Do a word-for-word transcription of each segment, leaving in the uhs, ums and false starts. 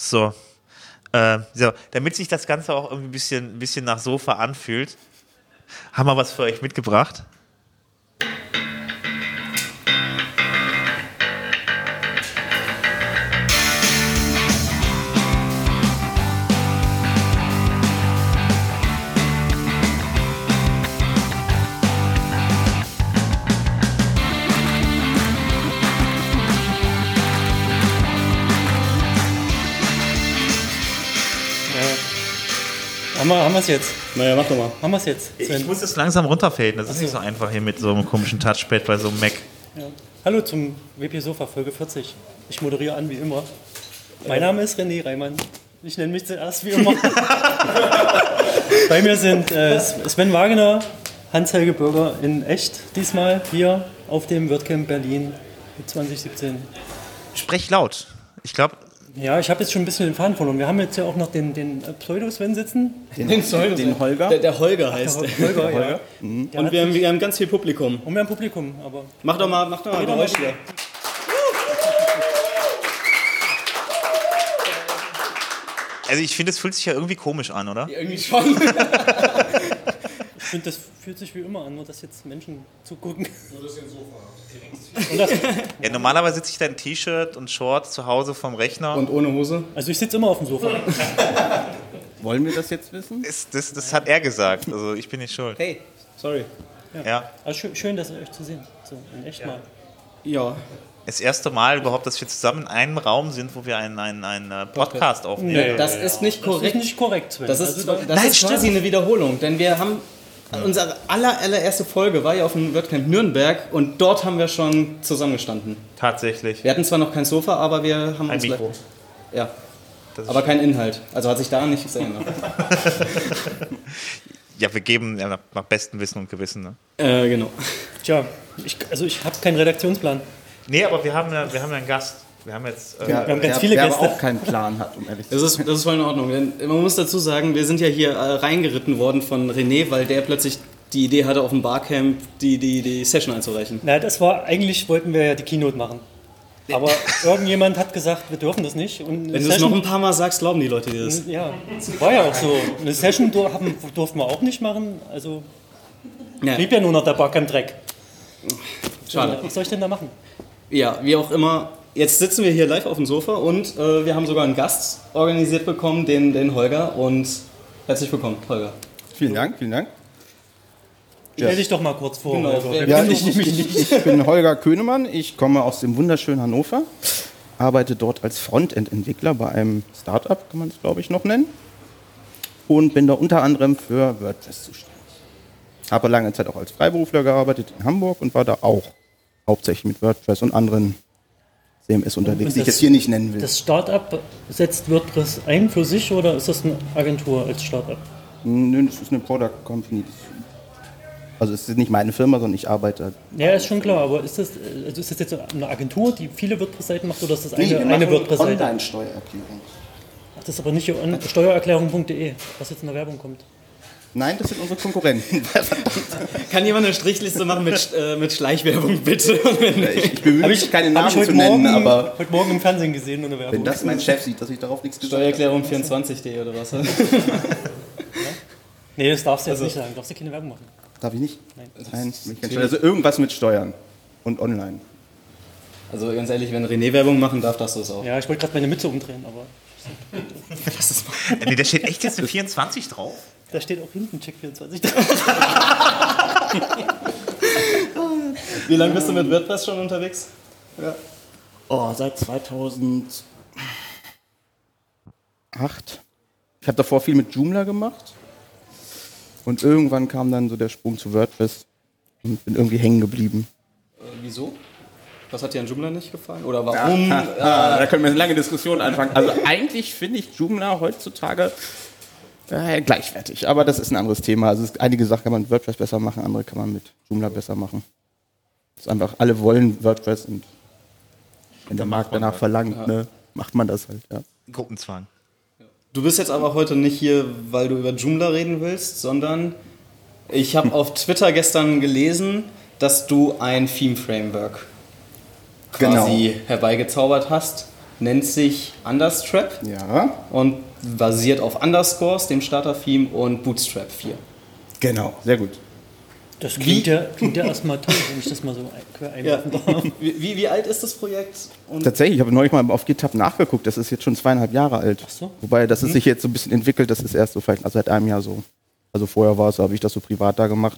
So. Äh, so, damit sich das Ganze auch irgendwie ein bisschen, ein bisschen nach Sofa anfühlt, haben wir was für euch mitgebracht. Haben wir, haben wir es jetzt? Naja, mach doch mal. Haben wir es jetzt? Ich, ich muss das langsam runterfaden. Das ist nicht so einfach hier mit so einem komischen Touchpad bei so einem Mac. Ja. Hallo zum W P Sofa Folge vierzig. Ich moderiere an wie immer. Mein Name ist René Reimann. Ich nenne mich zuerst wie immer. Bei mir sind äh, Sven Wagener, Hans-Helge Bürger in echt diesmal hier auf dem WordCamp Berlin zwanzig siebzehn. Sprech laut. Ich glaube... Ja, ich habe jetzt schon ein bisschen den Faden verloren. Wir haben jetzt ja auch noch den, den Pseudo-Sven sitzen. Den, den, Pseudo den Holger? Der, der Holger heißt der. Holger, der Holger. Ja. Mhm. Und wir haben, wir haben ganz viel Publikum. Und wir haben Publikum, aber... Mach doch mal, mach doch mal Geräusch hier. Also ich finde, es fühlt sich ja irgendwie komisch an, oder? Ja, irgendwie schon. Ich finde, das fühlt sich wie immer an, nur dass jetzt Menschen zugucken. Nur das Sofa. Ja, normalerweise sitze ich da in T-Shirt und Shorts zu Hause vom Rechner. Und ohne Hose? Also ich sitze immer auf dem Sofa. Wollen wir das jetzt wissen? Das, das, das hat er gesagt, also ich bin nicht schuld. Hey, sorry. Ja. Ja. Also schön, schön, das euch zu sehen. So, in echt Ja. mal. Ja. Das erste Mal überhaupt, dass wir zusammen in einem Raum sind, wo wir einen, einen, einen Podcast aufnehmen. Nee, Das ist nicht korrekt. Das ist nicht korrekt, Sven. Das ist, Also, das Nein, ist quasi stimmt. eine Wiederholung, denn wir haben unsere aller, allererste Folge war ja auf dem WordCamp Nürnberg und dort haben wir schon zusammengestanden. Tatsächlich. Wir hatten zwar noch kein Sofa, aber wir haben Ein uns Mikro. Ja, Das ist aber kein Inhalt. Also hat sich da nichts geändert. Ja, wir geben ja, nach, nach bestem Wissen und Gewissen. Ne? äh, genau. Tja, ich, also ich habe keinen Redaktionsplan. Nee, aber wir haben ja, wir haben ja einen Gast. Wir haben jetzt. Äh, wir haben ganz der, viele der Gäste. aber auch keinen Plan hat, um ehrlich zu Das sein. ist, das ist voll in Ordnung. Denn man muss dazu sagen, wir sind ja hier äh, reingeritten worden von René, weil der plötzlich die Idee hatte, auf dem Barcamp die, die, die Session einzureichen. Na, das war, eigentlich wollten wir ja die Keynote machen. Aber irgendjemand hat gesagt, wir dürfen das nicht. Und eine Wenn du es Session- noch ein paar Mal sagst, glauben die Leute dir das. Ja, war ja auch so. Eine Session dur- haben, durften wir auch nicht machen. Also Ja, blieb ja nur noch der Barcamp-Dreck. schade. Was soll ich denn da machen? Ja, wie auch immer. Jetzt sitzen wir hier live auf dem Sofa und äh, wir haben sogar einen Gast organisiert bekommen, den, den Holger. Und herzlich willkommen, Holger. Vielen Dank, vielen Dank. Ja. Stell dich doch mal kurz vor. Genau. Holger. Wer- Ja, Genau. ich, ich, ich bin Holger Könemann, ich komme aus dem wunderschönen Hannover, arbeite dort als Frontend-Entwickler bei einem Startup, kann man es glaube ich noch nennen, und bin da unter anderem für WordPress zuständig. Habe lange Zeit auch als Freiberufler gearbeitet in Hamburg und war da auch hauptsächlich mit WordPress und anderen C M S unterwegs, Und die ich das- jetzt hier nicht nennen will. Das Startup setzt WordPress ein für sich oder ist das eine Agentur als Startup? Nö, das ist eine Product Company. Das, also es ist nicht meine Firma, sondern ich arbeite. Ja, ist schon klar, aber ist das, also ist das jetzt eine Agentur, die viele WordPress-Seiten macht oder ist das eine, wir eine machen WordPress-Seite? Online-Steuererklärung. Ach, das ist aber nicht on- steuererklärung punkt de, was jetzt in der Werbung kommt. Nein, das sind unsere Konkurrenten. Kann jemand eine Strichliste machen mit, äh, mit Schleichwerbung, bitte? Ich bemühe Hab mich, keine hab Namen ich heute zu nennen, Morgen, aber heute Morgen im Fernsehen gesehen, eine Werbung. wenn das mein Chef sieht, dass ich darauf nichts gesagt habe. Steuererklärung vierundzwanzig punkt de oder was? Nee, das darfst du jetzt Also- nicht sagen. Du darfst ja keine Werbung machen. Darf ich nicht? Nein. Nein, ich kann schon. Also irgendwas mit Steuern und online. Also ganz ehrlich, wenn René Werbung machen darf, darfst du es auch. Ja, ich wollte gerade meine Mütze umdrehen, aber Lass es mal. nee, da steht echt jetzt eine vierundzwanzig drauf. da steht auch hinten Check vierundzwanzig. Wie lange bist du mit WordPress schon unterwegs? Ja. Oh, seit zweitausendacht. Ich habe davor viel mit Joomla gemacht. Und irgendwann kam dann so der Sprung zu WordPress und bin irgendwie hängen geblieben. Äh, wieso? Was hat dir an Joomla nicht gefallen? Oder warum? Ah, ah, da können wir eine lange Diskussion anfangen. Also eigentlich finde ich Joomla heutzutage äh, gleichwertig, aber das ist ein anderes Thema. Also es, einige Sachen kann man mit WordPress besser machen, andere kann man mit Joomla besser machen. Das ist einfach, alle wollen WordPress und wenn der Markt danach verlangt, ne, macht man das halt, ja. Gruppenzwang. Du bist jetzt aber heute nicht hier, weil du über Joomla reden willst, sondern ich habe auf Twitter gestern gelesen, dass du ein Theme-Framework quasi Genau. herbeigezaubert hast nennt sich Understrap Ja, und basiert auf Underscores, dem Starter-Theme, und Bootstrap vier. genau, sehr gut. Das klingt ja, klingt ja erstmal toll, wenn ich das mal so ein- Ja. einwerfen darf. Wie, wie, wie alt ist das Projekt? Und Tatsächlich, ich habe neulich mal auf GitHub nachgeguckt, das ist jetzt schon zweieinhalb Jahre alt. Ach so. Wobei, das ist sich jetzt so ein bisschen entwickelt, das ist erst so vielleicht seit einem Jahr so. Also vorher war es, habe ich das so privat da gemacht.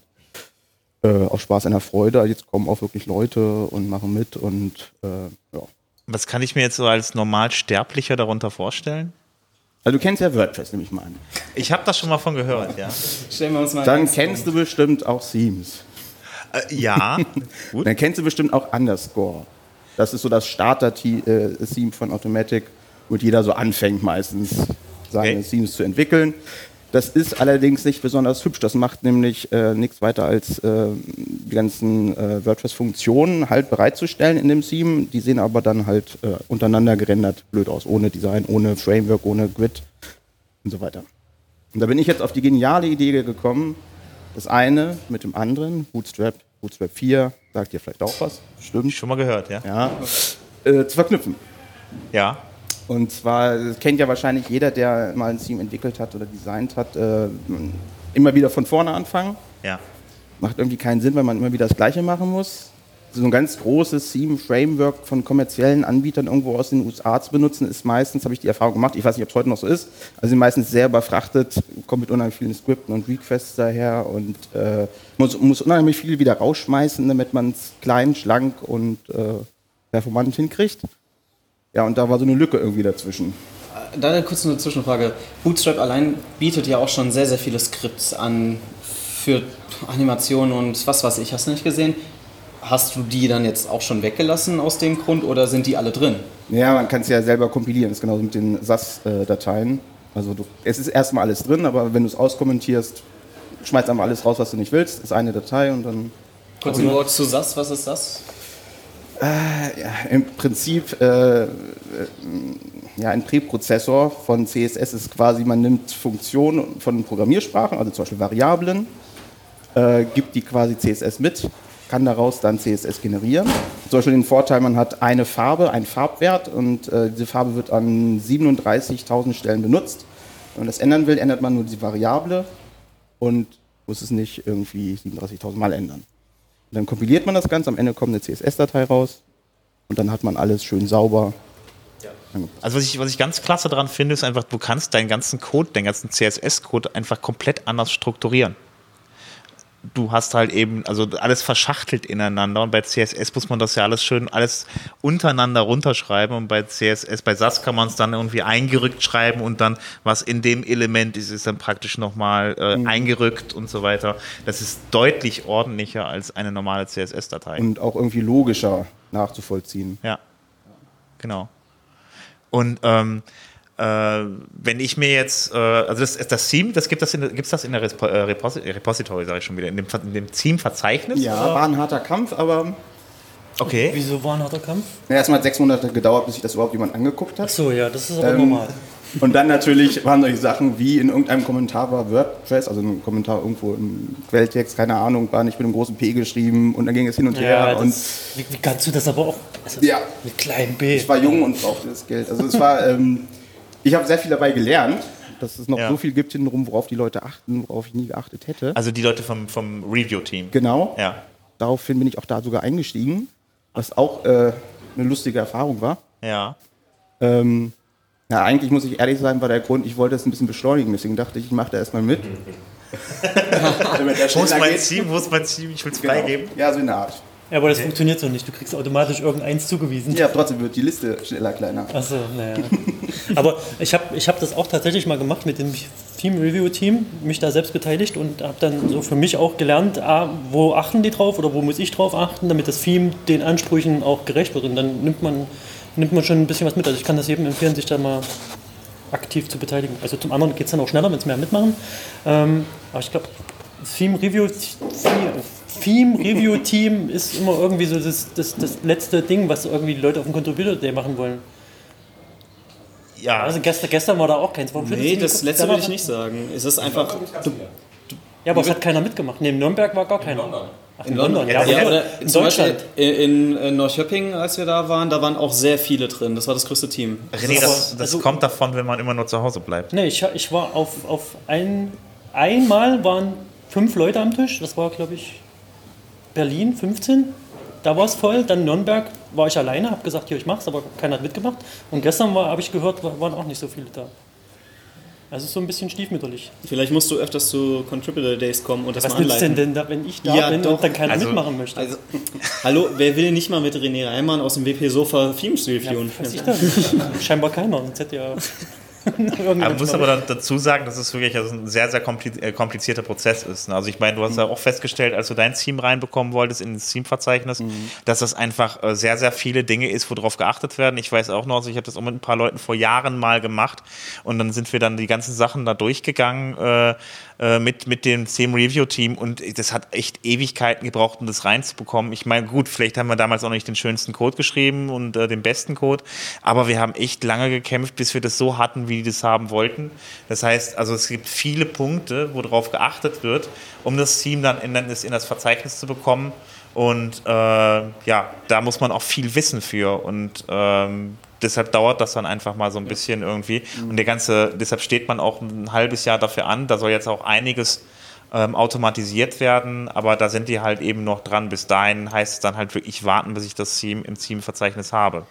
Äh, aus Spaß einer Freude. Jetzt kommen auch wirklich Leute und machen mit und äh, ja. Was kann ich mir jetzt so als Normalsterblicher darunter vorstellen? Also du kennst ja WordPress, nehme ich mal an. Ich habe das schon mal von gehört, ja. stellen wir uns mal Dann ernst kennst vor. du bestimmt auch Themes. Äh, ja, gut. Dann kennst du bestimmt auch Underscore. Das ist so das Starter-Theme von Automatic, wo jeder so anfängt meistens seine Okay. Themes zu entwickeln. Das ist allerdings nicht besonders hübsch. Das macht nämlich äh, nichts weiter als äh, die ganzen äh, WordPress-Funktionen halt bereitzustellen in dem Theme. Die sehen aber dann halt äh, untereinander gerendert blöd aus, ohne Design, ohne Framework, ohne Grid und so weiter. Und da bin ich jetzt auf die geniale Idee gekommen, das eine mit dem anderen, Bootstrap, Bootstrap vier, sagt ihr vielleicht auch was, stimmt, Schon mal gehört, ja. ja, äh, zu verknüpfen. Ja. Und zwar, das kennt ja wahrscheinlich jeder, der mal ein Theme entwickelt hat oder designt hat, äh, immer wieder von vorne anfangen. Ja. Macht irgendwie keinen Sinn, weil man immer wieder das Gleiche machen muss. So ein ganz großes Theme-Framework von kommerziellen Anbietern irgendwo aus den U S A zu benutzen, ist meistens, habe ich die Erfahrung gemacht, ich weiß nicht, ob es heute noch so ist, also sind meistens sehr überfrachtet, kommt mit unheimlich vielen Skripten und Requests daher und äh, muss, muss unheimlich viel wieder rausschmeißen, damit man es klein, schlank und äh, performant hinkriegt. Ja, und da war so eine Lücke irgendwie dazwischen. Da kurz eine Zwischenfrage. Bootstrap allein bietet ja auch schon sehr, sehr viele Skripts an für Animationen und was weiß ich. Hast du nicht gesehen? Hast du die dann jetzt auch schon weggelassen aus dem Grund oder sind die alle drin? Ja, man kann es ja selber kompilieren, das ist genauso mit den S A S-Dateien. Also du, es ist erstmal alles drin, aber wenn du es auskommentierst, schmeißt einfach alles raus, was du nicht willst. Das ist eine Datei und dann... Kurz ein Wort zu S A S, was ist das? Ja, im Prinzip äh, äh, ja, ein Präprozessor von C S S ist quasi, man nimmt Funktionen von Programmiersprachen, also zum Beispiel Variablen, äh, gibt die quasi C S S mit, kann daraus dann C S S generieren. Zum Beispiel den Vorteil, man hat eine Farbe, einen Farbwert und äh, diese Farbe wird an siebenunddreißigtausend Stellen benutzt. Wenn man das ändern will, ändert man nur die Variable und muss es nicht irgendwie siebenunddreißigtausend Mal ändern. Und dann kompiliert man das Ganze, am Ende kommt eine C S S-Datei raus und dann hat man alles schön sauber. Also was ich, was ich ganz klasse daran finde, ist einfach, du kannst deinen ganzen Code, deinen ganzen C S S-Code einfach komplett anders strukturieren. Du hast halt eben, also alles verschachtelt ineinander und bei C S S muss man das ja alles schön, alles untereinander runterschreiben und bei C S S, bei S A S kann man es dann irgendwie eingerückt schreiben und dann, was in dem Element ist, ist dann praktisch nochmal äh, mhm. eingerückt und so weiter. Das ist deutlich ordentlicher als eine normale C S S-Datei. Und auch irgendwie logischer nachzuvollziehen. Ja, genau. Und ähm, äh, wenn ich mir jetzt, äh, also das, das Theme, das gibt es in, gibt's das in der Repo, äh, Repos Repository, sage ich schon wieder, in dem, in dem Theme-Verzeichnis? Ja, oder? War ein harter Kampf, aber... Okay. Wieso war ein harter Kampf? Ja, erstmal hat sechs Monate gedauert, bis sich das überhaupt jemand angeguckt hat. Ach so, ja, das ist aber Ähm, normal. Und dann natürlich waren solche Sachen wie in irgendeinem Kommentar war WordPress, also ein Kommentar irgendwo im Quelltext, keine Ahnung, war nicht mit einem großen P geschrieben und dann ging es hin und her. Ja, und das, wie, wie kannst du das aber auch? Also Ja. Mit kleinem B. ich war jung und brauchte das Geld. Also es war, ähm, ich habe sehr viel dabei gelernt, dass es noch Ja. so viel gibt hintenrum, worauf die Leute achten, worauf ich nie geachtet hätte. Also die Leute vom, vom Review-Team. Genau. Ja. Daraufhin bin ich auch da sogar eingestiegen, was auch äh, eine lustige Erfahrung war. Ja. Ähm, ja, eigentlich muss ich ehrlich sein, war der Grund, ich wollte es ein bisschen beschleunigen, deswegen dachte ich, ich mache da erstmal mit. Damit der Wo ist schneller mein geht. Team? Wo ist mein Team? Ich will es Genau. freigeben. Ja, so in der Art. Ja, aber das funktioniert so nicht. Du kriegst automatisch irgendeins zugewiesen. Ja, trotzdem wird die Liste schneller kleiner. Achso, naja. Aber ich habe ich hab das auch tatsächlich mal gemacht mit dem Theme-Review-Team, mich da selbst beteiligt und habe dann so für mich auch gelernt, ah, wo achten die drauf oder wo muss ich drauf achten, damit das Theme den Ansprüchen auch gerecht wird. Und dann nimmt man, nimmt man schon ein bisschen was mit. Also ich kann das jedem empfehlen, sich da mal aktiv zu beteiligen. Also zum anderen geht es dann auch schneller, wenn es mehr mitmachen. Ähm, aber ich glaube, Theme-Review... Theme-Review-Team ist immer irgendwie so das, das, das letzte Ding, was irgendwie die Leute auf dem Contributor Day machen wollen. Ja. Also gestern, gestern war da auch keins. Warum Nee, das letzte würde ich nicht sagen. Es ist einfach. Du, Ja, aber es hat keiner mitgemacht. Neben Nürnberg war gar keiner. Ach, In London, ja, ja, ja, oder in zum Beispiel Deutschland. in, in Neuköping, als wir da waren, da waren auch sehr viele drin. Das war das größte Team. René, das, das also- kommt davon, wenn man immer nur zu Hause bleibt. Nee, ich, ich war auf, auf ein, einmal waren fünf Leute am Tisch, das war glaube ich Berlin, fünfzehn, da war es voll, dann Nürnberg war ich alleine, habe gesagt, hier, ich mach's, aber keiner hat mitgemacht und gestern war, habe ich gehört, wa- waren auch nicht so viele da. Also so ein bisschen stiefmütterlich. Vielleicht musst du öfters zu Contributor Days kommen und das Was mal nützt denn anleiten. denn da, wenn ich da Ja, bin doch. und dann keiner Also- mitmachen möchte? Also, hallo, wer will nicht mal mit René Reimann aus dem W P Sofa Themes reviewen? ja, weiß ich da nicht. Scheinbar keiner, sonst hätte ja Aber man muss aber dann dazu sagen, dass es wirklich also ein sehr, sehr kompli- äh, komplizierter Prozess ist. ne? Also ich meine, du hast ja auch festgestellt, als du dein Team reinbekommen wolltest in das Teamverzeichnis, dass das einfach äh, sehr, sehr viele Dinge ist, worauf geachtet werden. Ich weiß auch noch, also ich habe das auch mit ein paar Leuten vor Jahren mal gemacht und dann sind wir dann die ganzen Sachen da durchgegangen äh, äh, mit, mit dem Team-Review-Team und das hat echt Ewigkeiten gebraucht, um das reinzubekommen. Ich meine, gut, vielleicht haben wir damals auch nicht den schönsten Code geschrieben und äh, den besten Code, aber wir haben echt lange gekämpft, bis wir das so hatten, wie die das haben wollten. Das heißt, also es gibt viele Punkte, worauf geachtet wird, um das Team dann in, in, das, in das Verzeichnis zu bekommen. Und äh, ja, da muss man auch viel wissen für. Und ähm, deshalb dauert das dann einfach mal so ein bisschen irgendwie. Und der ganze, deshalb steht man auch ein halbes Jahr dafür an. Da soll jetzt auch einiges ähm, automatisiert werden, aber da sind die halt eben noch dran. Bis dahin heißt es dann halt wirklich warten, bis ich das Team im Teamverzeichnis habe.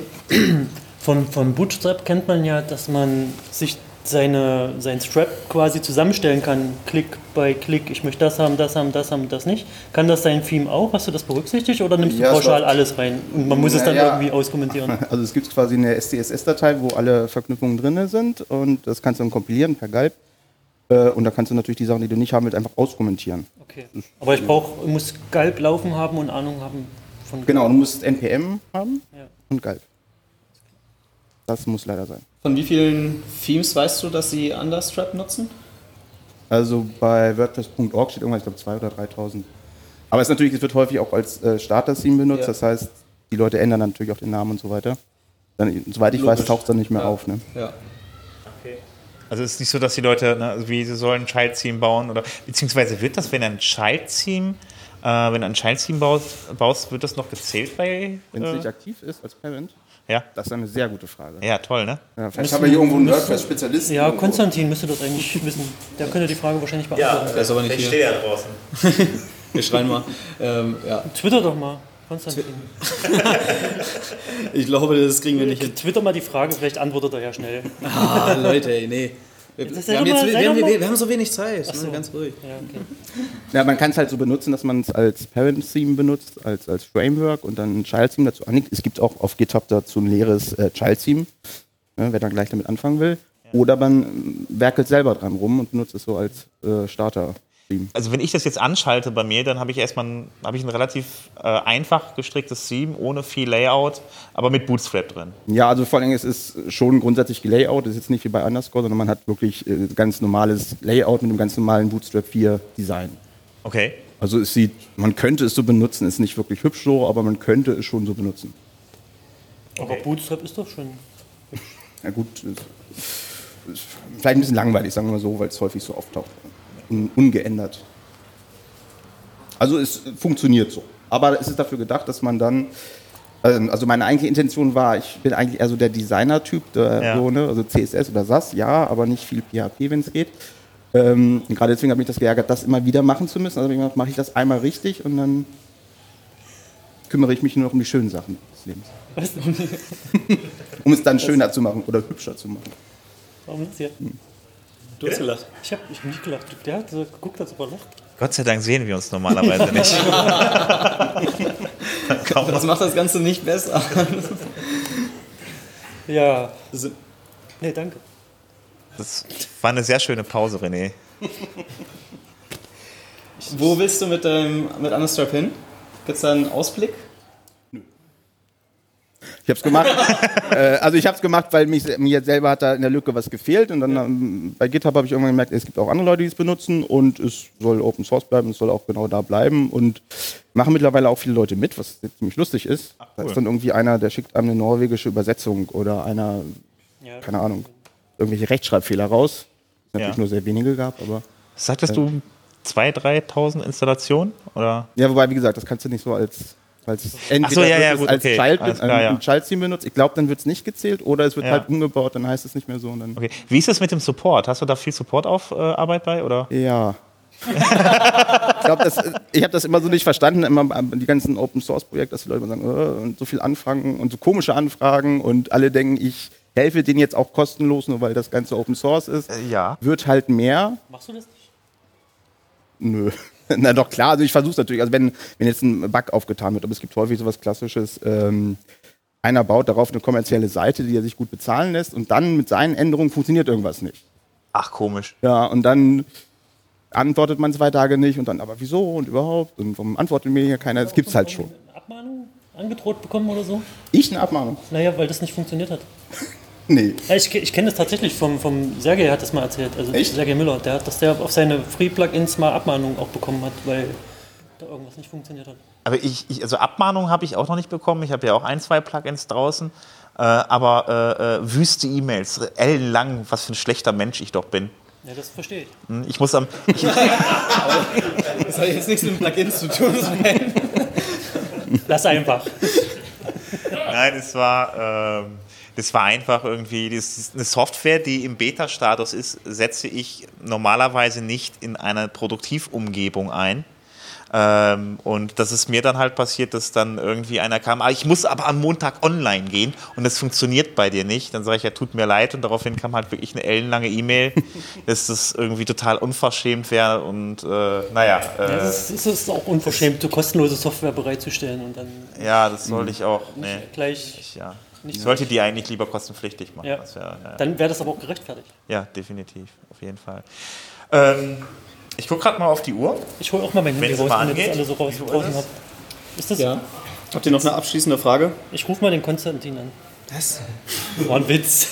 Von, von Bootstrap kennt man ja, dass man sich seine, sein Strap quasi zusammenstellen kann. Klick bei Klick, ich möchte das haben, das haben, das haben, das nicht. Kann das dein Theme auch? Hast du das berücksichtigt oder nimmst du Ja, es pauschal läuft. alles rein? Und man muss es dann Ja, ja. irgendwie auskommentieren. Also es gibt quasi eine S C S S-Datei, wo alle Verknüpfungen drin sind und das kannst du dann kompilieren per Galb. Äh, Und da kannst du natürlich die Sachen, die du nicht haben willst, einfach auskommentieren. Okay. Aber ich brauch, ich muss Galb laufen haben und Ahnung haben von Genau, du musst N P M haben Ja. und Galb. Das muss leider sein. Von wie vielen Themes weißt du, dass sie Understrap nutzen? Also bei WordPress Punkt org steht irgendwas, ich glaube zweitausend oder dreitausend. Aber es, ist natürlich, es wird häufig auch als äh, Starter-Theme benutzt, Ja. das heißt, die Leute ändern dann natürlich auch den Namen und so weiter. Dann, soweit ich Logisch. weiß, taucht es dann nicht mehr Ja. auf. Ne? Ja. Also es ist nicht so, dass die Leute, ne, also wie sie sollen ein Child-Theme bauen oder beziehungsweise wird das, wenn ein Child-Theme, äh, wenn du ein Child-Theme baust, baust, wird das noch gezählt bei? Wenn es Äh, nicht aktiv ist als Parent, ja, das ist eine sehr gute Frage. ja, toll, ne? Ja, vielleicht haben wir hier irgendwo einen WordPress-Spezialisten. Ja, irgendwo. Konstantin müsste das eigentlich wissen. Der könnte die Frage wahrscheinlich beantworten. Der ist aber nicht ich hier. stehe ja draußen. Wir schreien mal. Ähm, ja. Twitter doch mal, Konstantin. Ich glaube, das kriegen wir nicht hin. Twitter mal die Frage, vielleicht antwortet er ja schnell. Ah, Leute, ey, nee. Wir, Das wir, sei haben doch jetzt, mal- wir, sei haben, doch mal- wir, wir haben so wenig Zeit. so. Ne? Ganz ruhig. Ja, okay. Ja, man kann es halt so benutzen, dass man es als Parent-Theme benutzt, als, als Framework und dann ein Child-Theme dazu anlegt. Es gibt auch auf GitHub dazu ein leeres äh, Child-Theme, ne, wer dann gleich damit anfangen will. Oder man ähm, werkelt selber dran rum und benutzt es so als äh, Starter-Theme. Also wenn ich das jetzt anschalte bei mir, dann habe ich erstmal ein, habe ich ein relativ äh, einfach gestricktes Theme, ohne viel Layout, aber mit Bootstrap drin. Ja, also vor allem es ist schon grundsätzlich gelayout, es ist jetzt nicht wie bei Underscore, sondern man hat wirklich äh, ganz normales Layout mit einem ganz normalen Bootstrap vier Design. Okay. Also es sieht, man könnte es so benutzen, ist nicht wirklich hübsch so, aber man könnte es schon so benutzen. Aber Bootstrap ist doch schon. Ja gut, ist, ist vielleicht ein bisschen langweilig, sagen wir mal so, weil es häufig so auftaucht. Un, ungeändert. Also es funktioniert so. Aber es ist dafür gedacht, dass man dann, ähm, also meine eigentliche Intention war, ich bin eigentlich eher so der Designer-Typ, der, Ja. so, ne? Also C S S oder S A S, ja, aber nicht viel P H P, wenn es geht. Ähm, und gerade deswegen habe ich das geärgert, das immer wieder machen zu müssen. Also ich mache ich das einmal richtig und dann kümmere ich mich nur noch um die schönen Sachen des Lebens. Was? Um es dann schöner zu machen oder hübscher zu machen. Warum das jetzt? Du hast gelacht. Ich habe ich hab nicht gelacht. Der hat so geguckt, als ob er lacht. Gott sei Dank sehen wir uns normalerweise nicht. Kaum Das macht das Ganze nicht besser. Ja. Also, Nee, danke. Das war eine sehr schöne Pause, René. wo willst du mit, deinem, mit Understrap hin? Gibt es da einen Ausblick? Ich habe es gemacht. äh, also ich habe es gemacht, weil mich, mir selber hat da in der Lücke was gefehlt und dann ähm, bei GitHub habe ich irgendwann gemerkt, es gibt auch andere Leute, die es benutzen und es soll Open Source bleiben, es soll auch genau da bleiben und machen mittlerweile auch viele Leute mit, was ziemlich lustig ist. Ach, Da cool. ist dann irgendwie einer, der schickt einem eine norwegische Übersetzung oder einer, Ja. keine Ahnung, irgendwelche Rechtschreibfehler raus. Natürlich Ja. nur sehr wenige gab, aber Sagtest du, zweitausend, dreitausend Installationen? Oder? Ja, wobei, wie gesagt, das kannst du nicht so als, als entweder Ach so, ja, ja, wird es gut, als okay. Child, Alles klar, ja. ein Child-Team benutzt. Ich glaube, dann wird es nicht gezählt oder es wird Ja. halt umgebaut, dann heißt es nicht mehr so. Und dann Okay. Wie ist das mit dem Support? Hast du da viel Support-Arbeit bei? Oder? Ja. ich glaube, das, ich habe das immer so nicht verstanden, immer die ganzen Open-Source-Projekte, dass die Leute immer sagen, äh, und so viel Anfragen und so komische Anfragen und alle denken, ich helfe denen jetzt auch kostenlos, nur weil das Ganze Open-Source ist. Äh, ja. Wird halt mehr. Machst du das nicht? Nö. Na doch, klar, also ich versuche es natürlich, also wenn, wenn jetzt ein Bug aufgetan wird, aber es gibt häufig sowas Klassisches, ähm, einer baut darauf eine kommerzielle Seite, die er sich gut bezahlen lässt und dann mit seinen Änderungen funktioniert irgendwas nicht. Ach, komisch. Ja, und dann antwortet man zwei Tage nicht und dann, aber wieso und überhaupt und warum antwortet mir hier keiner, das gibt's halt schon. Eine Abmahnung angedroht bekommen oder so? Ich eine Abmahnung? Naja, weil das nicht funktioniert hat. Nee. Ja, ich ich kenne das tatsächlich vom, vom Sergej, hat das mal erzählt. Also Echt? Sergej Müller, der hat, dass der auf seine Free-Plugins mal Abmahnungen auch bekommen hat, weil da irgendwas nicht funktioniert hat. Aber ich, ich also Abmahnungen habe ich auch noch nicht bekommen. Ich habe ja auch ein, zwei Plugins draußen. Äh, aber äh, äh, wüste E-Mails, ellenlang, was für ein schlechter Mensch ich doch bin. Ja, das verstehe ich. Hm, Ich muss am. Ich, Das hat jetzt nichts mit Plugins zu tun. Lass einfach. Nein, es war, ähm, das war einfach irgendwie, das ist eine Software, die im Beta-Status ist, setze ich normalerweise nicht in einer Produktivumgebung ein. Ähm, und das ist mir dann halt passiert, dass dann irgendwie einer kam, ah, ich muss aber am Montag online gehen und das funktioniert bei dir nicht. Dann sage ich, ja, tut mir leid, und daraufhin kam halt wirklich eine ellenlange E-Mail, dass das irgendwie total unverschämt wäre und äh, naja. Äh, Ja, das, ist, das ist auch unverschämt, so kostenlose Software bereitzustellen und dann ja, das sollte ich auch. Nee. gleich. Ich, ja. Nicht ich sollte die eigentlich lieber kostenpflichtig machen. Ja. Das wär, ja. Dann wäre das aber auch gerechtfertigt. ja, definitiv, auf jeden Fall. Ähm, ich gucke gerade mal auf die Uhr. Ich hole auch mal mein Handy Wenn es raus, mal wenn ihr das angeht. alle so raus, Wie viel Uhr draußen ist habt. Ist das? Ja. Habt ihr noch eine abschließende Frage? Ich rufe mal den Konstantin an. Was? War ein Witz.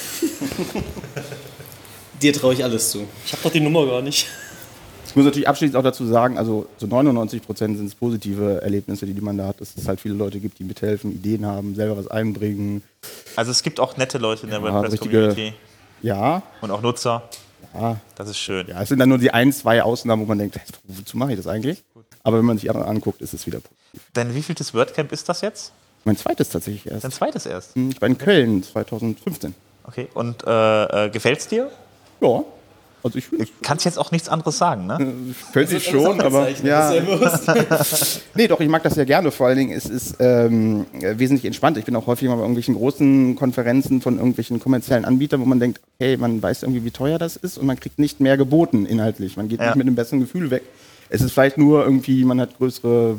Dir traue ich alles zu. Ich habe doch die Nummer gar nicht. Ich muss natürlich abschließend auch dazu sagen, also so neunundneunzig Prozent sind es positive Erlebnisse, die, die man da hat, dass es halt viele Leute gibt, die mithelfen, Ideen haben, selber was einbringen. Also es gibt auch nette Leute in der Ja, WordPress-Community Ja, und auch Nutzer. ja, Das ist schön. ja, es sind dann nur die ein, zwei Ausnahmen, wo man denkt, wozu mache ich das eigentlich? Aber wenn man sich andere anguckt, ist es wieder positiv. Denn wie vieltes WordCamp ist das jetzt? Mein zweites tatsächlich erst. Dein zweites erst. Ich war in Köln zwanzig fünfzehn. Okay, und äh, äh, gefällt's dir? Ja, also ich finde Kannst jetzt auch nichts anderes sagen, ne? könnte ich schon, aber ja. Nee, doch, ich mag das sehr gerne. Vor allen Dingen ist es ähm, wesentlich entspannter. Ich bin auch häufig mal bei irgendwelchen großen Konferenzen von irgendwelchen kommerziellen Anbietern, wo man denkt, hey, man weiß irgendwie, wie teuer das ist und man kriegt nicht mehr geboten inhaltlich. Man geht Ja. nicht mit einem besseren Gefühl weg. Es ist vielleicht nur irgendwie, man hat größere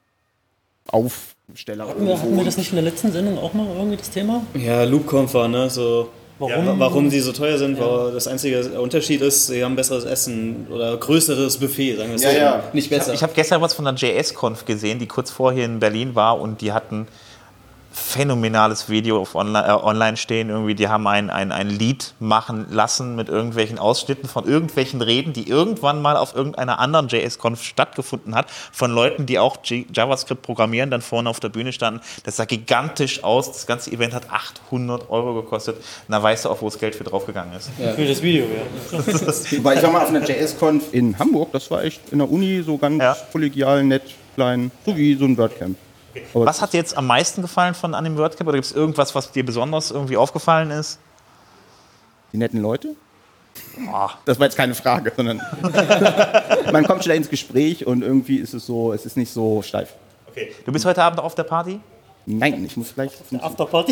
Aufsteller. Hatten wir, hatten wir das nicht in der letzten Sendung auch mal irgendwie das Thema? Ja, Loop-Conf war, ne? So, Warum? ja, warum die so teuer sind, weil das einzige Unterschied ist, sie haben besseres Essen oder größeres Buffet, sagen wir es Ja, so. ja. Nicht besser. Ich habe gestern was von der J S-Conf gesehen, die kurz vorher in Berlin war, und die hatten phänomenales Video auf online, äh, online stehen. Irgendwie, die haben ein, ein, ein Lied machen lassen mit irgendwelchen Ausschnitten von irgendwelchen Reden, die irgendwann mal auf irgendeiner anderen J S-Conf stattgefunden hat, von Leuten, die auch G- JavaScript programmieren, dann vorne auf der Bühne standen. Das sah gigantisch aus. Das ganze Event hat achthundert Euro gekostet. Und da weißt du auch, wo das Geld für draufgegangen ist. Für das Video, ja. Wobei ich war mal auf einer J S-Conf in Hamburg, das war echt in der Uni so ganz Ja. kollegial, nett, klein, so wie so ein WordCamp. Aber Was hat dir jetzt am meisten gefallen von an dem WordCamp? Oder gibt es irgendwas, was dir besonders irgendwie aufgefallen ist? die netten Leute? Oh, Das war jetzt keine Frage, sondern man kommt schnell ins Gespräch und irgendwie ist es so, es ist nicht so steif. okay. Du bist heute Abend auf der Party? Nein, ich muss gleich. Afterparty.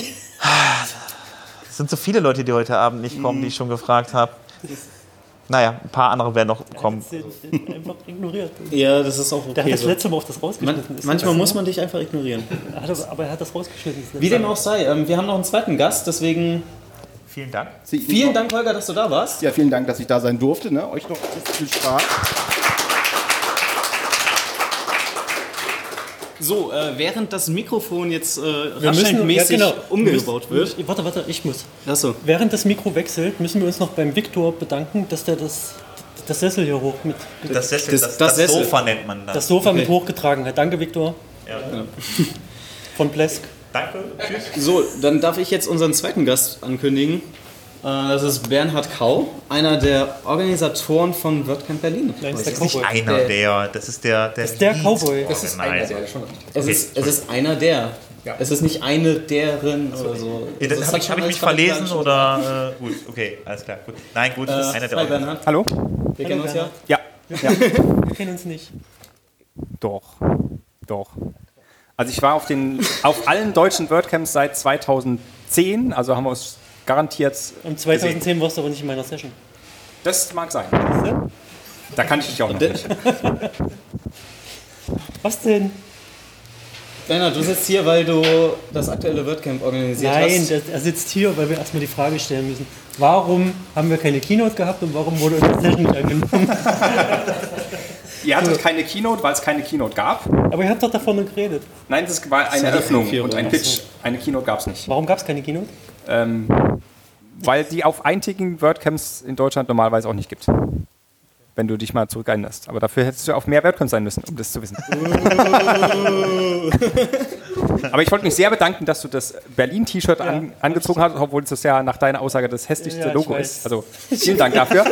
Es sind so viele Leute, die heute Abend nicht kommen, die ich schon gefragt habe. Naja, ein paar andere werden noch kommen. Den, den einfach ignoriert. Ja, das ist auch okay. Der hat das so. letzte Mal auch das Man, rausgeschnitten. Ist manchmal das muss so? man dich einfach ignorieren. Er hat das, aber er hat das rausgeschnitten. Das Wie letzte dem Mal. auch sei, ähm, wir haben noch einen zweiten Gast, deswegen Vielen Dank. vielen Dank, Holger, dass du da warst. Ja, vielen Dank, dass ich da sein durfte. Ne? Euch noch viel Spaß. So, äh, während das Mikrofon jetzt äh, Wir müssen, raschelmäßig ja, genau. umgebaut Wir wird. müssen- Warte, warte, ich muss. Achso. Während das Mikro wechselt, müssen wir uns noch beim Viktor bedanken, dass der das, das Sessel hier hoch mit, mit Das, Sessel, Das- das, das das, Sessel. Sofa nennt man das. das Sofa Okay. mit hochgetragen hat. Danke, Viktor. Ja. Von Plesk. Danke, tschüss. So, dann darf ich jetzt unseren zweiten Gast ankündigen. Das ist Bernhard Kau, einer der Organisatoren von WordCamp Berlin. Nein, Das der ist nicht Cowboy. einer Der- der, das ist der der, Das ist der Lead. Cowboy. Das ist einer der. Es ist, es ist einer der. Ja. Es ist nicht eine deren oder so. Ja, Das dann hat habe ich, schon hab ich als mich verlesen Vermittler oder äh, gut, okay, alles klar. Gut. Nein, gut, das ist Äh, einer der hi Organis- Bernhard, Hallo? wir kennen uns ja. Ja, Wir kennen uns nicht. doch. Doch. Also ich war auf den auf allen deutschen WordCamps seit zweitausendzehn, also haben wir uns garantiert. Und zweitausendzehn warst du aber nicht in meiner Session. Das mag sein. Da kann ich dich auch noch nicht. Was denn? Bernhard, du sitzt hier, weil du das aktuelle WordCamp organisiert Nein, hast. der, er sitzt hier, weil wir erstmal die Frage stellen müssen. Warum haben wir keine Keynote gehabt und warum wurde unsere Session nicht angenommen? Ihr hattet keine Keynote, weil es keine Keynote gab. Aber ihr habt doch da vorne geredet. Nein, das war eine ja die Eröffnung Einführung. und ein Pitch. Eine Keynote gab es nicht. Warum gab es keine Keynote? Ähm, weil die auf eintägigen WordCamps in Deutschland normalerweise auch nicht gibt. Wenn du dich mal zurückerinnerst. Aber dafür hättest du auf mehr WordCamps sein müssen, um das zu wissen. Aber ich wollte mich sehr bedanken, dass du das Berlin-T-Shirt Ja, an, angezogen hast, obwohl das ja nach deiner Aussage das hässlichste Ja, ich Logo weiß. ist. Also vielen Dank dafür.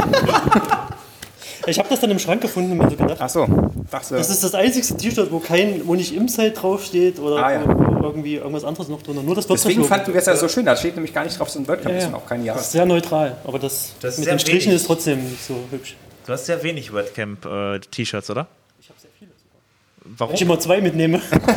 Ich habe das dann im Schrank gefunden und mir so gedacht, Ach so, dachte, das ist das einzige T-Shirt, wo kein, wo nicht Inside draufsteht oder Ah, ja. wo irgendwie irgendwas anderes noch drin. Nur das deswegen WordPress-Logo. fand du das ja so schön. Da steht nämlich gar nicht drauf, so ein WordCamp Ja, ist ja. und auch kein Das Jahr. ist sehr neutral, aber das, Das ist mit sehr den Strichen wenig. ist trotzdem nicht so hübsch. Du hast sehr wenig WordCamp-T-Shirts, oder? Ich habe sehr viele sogar. Warum? Wenn ich immer zwei mitnehme.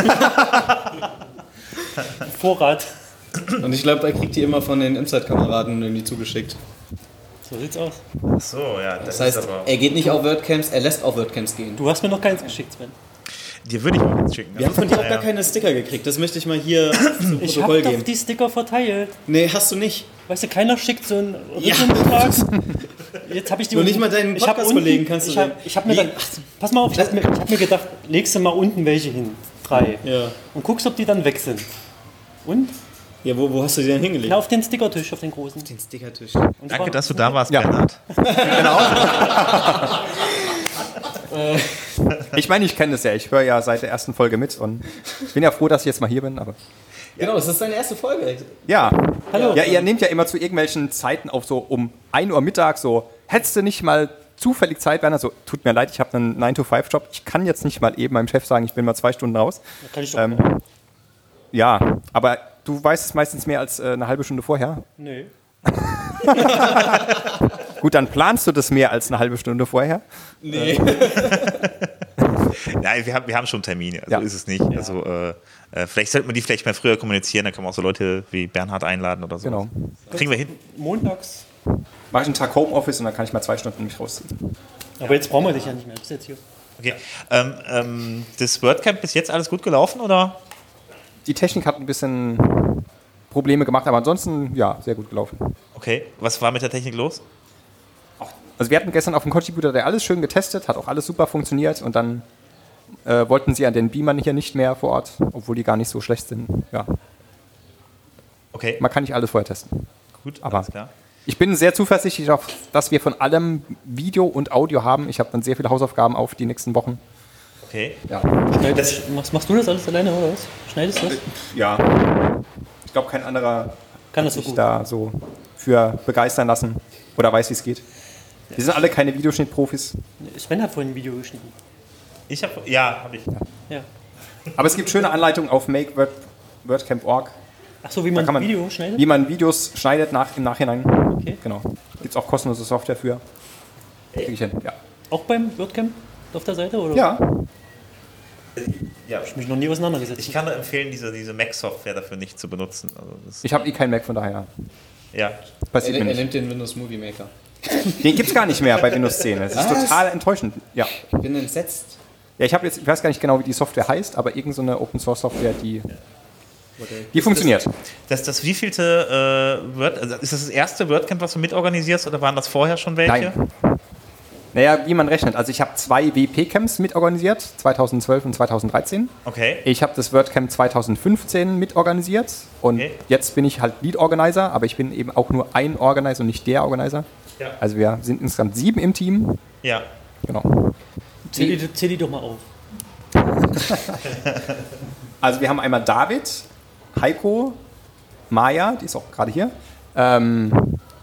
Vorrat. Und ich glaube, er kriegt die immer von den Inside-Kameraden irgendwie zugeschickt. So sieht's aus. Ach so, ja, das, Das heißt, ist aber. er geht nicht auf WordCamps, er lässt auf WordCamps gehen. Du hast mir noch keins geschickt, Sven. Dir würde ich mal eins schicken. Wir haben von dir auch Ja, gar ja. keine Sticker gekriegt. Das möchte ich mal hier zum Ich Protokoll habe doch geben. die Sticker verteilt. Nee, hast du nicht. Weißt du, keiner schickt so einen Ja. Rückenbetrag. Jetzt habe ich die Nur nicht mal deinen ich hab Podcast-Kollegen unten- kannst du Ich habe den- ich hab mir Wie? dann, pass mal auf, ich habe mir, ich hab mir gedacht, legst du mal unten welche hin. Drei. Ja. Und guckst, ob die dann weg sind. Und? Ja, wo, wo hast du die denn hingelegt? Na, auf den Stickertisch, auf den großen. Den Stickertisch. Und Danke, war- dass du da warst, Ja. Bernhard. Ich meine, ich kenne das ja. Ich höre ja seit der ersten Folge mit und ich bin ja froh, dass ich jetzt mal hier bin. Aber Genau, das ist deine erste Folge. ja. Hallo. Ja, ihr nehmt ja immer zu irgendwelchen Zeiten auf so um ein Uhr Mittag so, hättest du nicht mal zufällig Zeit, Werner? So, tut mir leid, ich habe einen nine to five Job. Ich kann jetzt nicht mal eben meinem Chef sagen, ich bin mal zwei Stunden raus. Da kann ich doch. Ähm, ja, aber du weißt es meistens mehr als äh, eine halbe Stunde vorher. Nö. Gut, dann planst du das mehr als eine halbe Stunde vorher. Nee. Nein, wir haben, wir haben schon Termine, also Ja. ist es nicht. Also äh, äh, vielleicht sollte man die vielleicht mal früher kommunizieren, dann können wir auch so Leute wie Bernhard einladen oder so. Genau. Kriegen wir hin. Montags. Mache ich einen Tag Homeoffice und dann kann ich mal zwei Stunden mich rausziehen. Aber jetzt brauchen wir dich ja nicht mehr. Du bist jetzt hier. Okay. Ähm, ähm, das WordCamp bis jetzt alles gut gelaufen oder? Die Technik hat ein bisschen Probleme gemacht, aber ansonsten, ja, sehr gut gelaufen. Okay. Was war mit der Technik los? Also wir hatten gestern auf dem Contributor, der alles schön getestet, hat auch alles super funktioniert und dann äh, wollten sie an den Beamern hier nicht mehr vor Ort, obwohl die gar nicht so schlecht sind. Ja, Okay. man kann nicht alles vorher testen. Gut, aber- alles klar. Ich bin sehr zuversichtlich, auf, dass wir von allem Video und Audio haben. Ich habe dann sehr viele Hausaufgaben auf die nächsten Wochen. Okay. Ja. Schneidest, machst, machst du das alles alleine oder was? Schneidest du das? Ja. Ich glaube, kein anderer Kann hat das so sich gut. da so für begeistern lassen oder weiß, wie es geht. Wir sind alle keine Videoschnittprofis. Sven hat vorhin ein Video geschnitten. Ich habe, ja, habe ich. Ja. Aber es gibt schöne Anleitungen auf make word wordcamp punkt org, Ach so, wie Da man, kann man- Video schneidet? wie man Videos schneidet nach, im Nachhinein. Okay. Genau. Gibt es auch kostenlose Software für. Krieg ich hin. Ja. Auch beim WordCamp auf der Seite? Oder? ja. Ja. Ich mich noch nie auseinandergesetzt. Ich kann nur empfehlen, diese, diese Mac-Software dafür nicht zu benutzen. Also das, Ich habe eh keinen Mac, von daher ja. passiert Er, mir er nicht. nimmt den Windows Movie Maker. Den gibt es gar nicht mehr bei Windows zehn. Das ist Was? total enttäuschend. Ja. Ich bin entsetzt. Ja, ich habe jetzt, ich weiß gar nicht genau, wie die Software heißt, aber irgendeine so eine Open Source Software, die, die funktioniert. Das, das wievielte äh, Word, also ist das das erste WordCamp, was du mitorganisierst oder waren das vorher schon welche? Nein. Naja, wie man rechnet. Also ich habe zwei W P-Camps mitorganisiert, zweitausendzwölf und zweitausenddreizehn. Okay. Ich habe das WordCamp zweitausendfünfzehn mitorganisiert und Okay. jetzt bin ich halt Lead Organizer, aber ich bin eben auch nur ein Organizer und nicht der Organizer. Ja. Also wir sind insgesamt sieben im Team. Ja. Genau. Zähl die, zähl die doch mal auf. Also wir haben einmal David, Heiko, Maja, die ist auch gerade hier, ähm,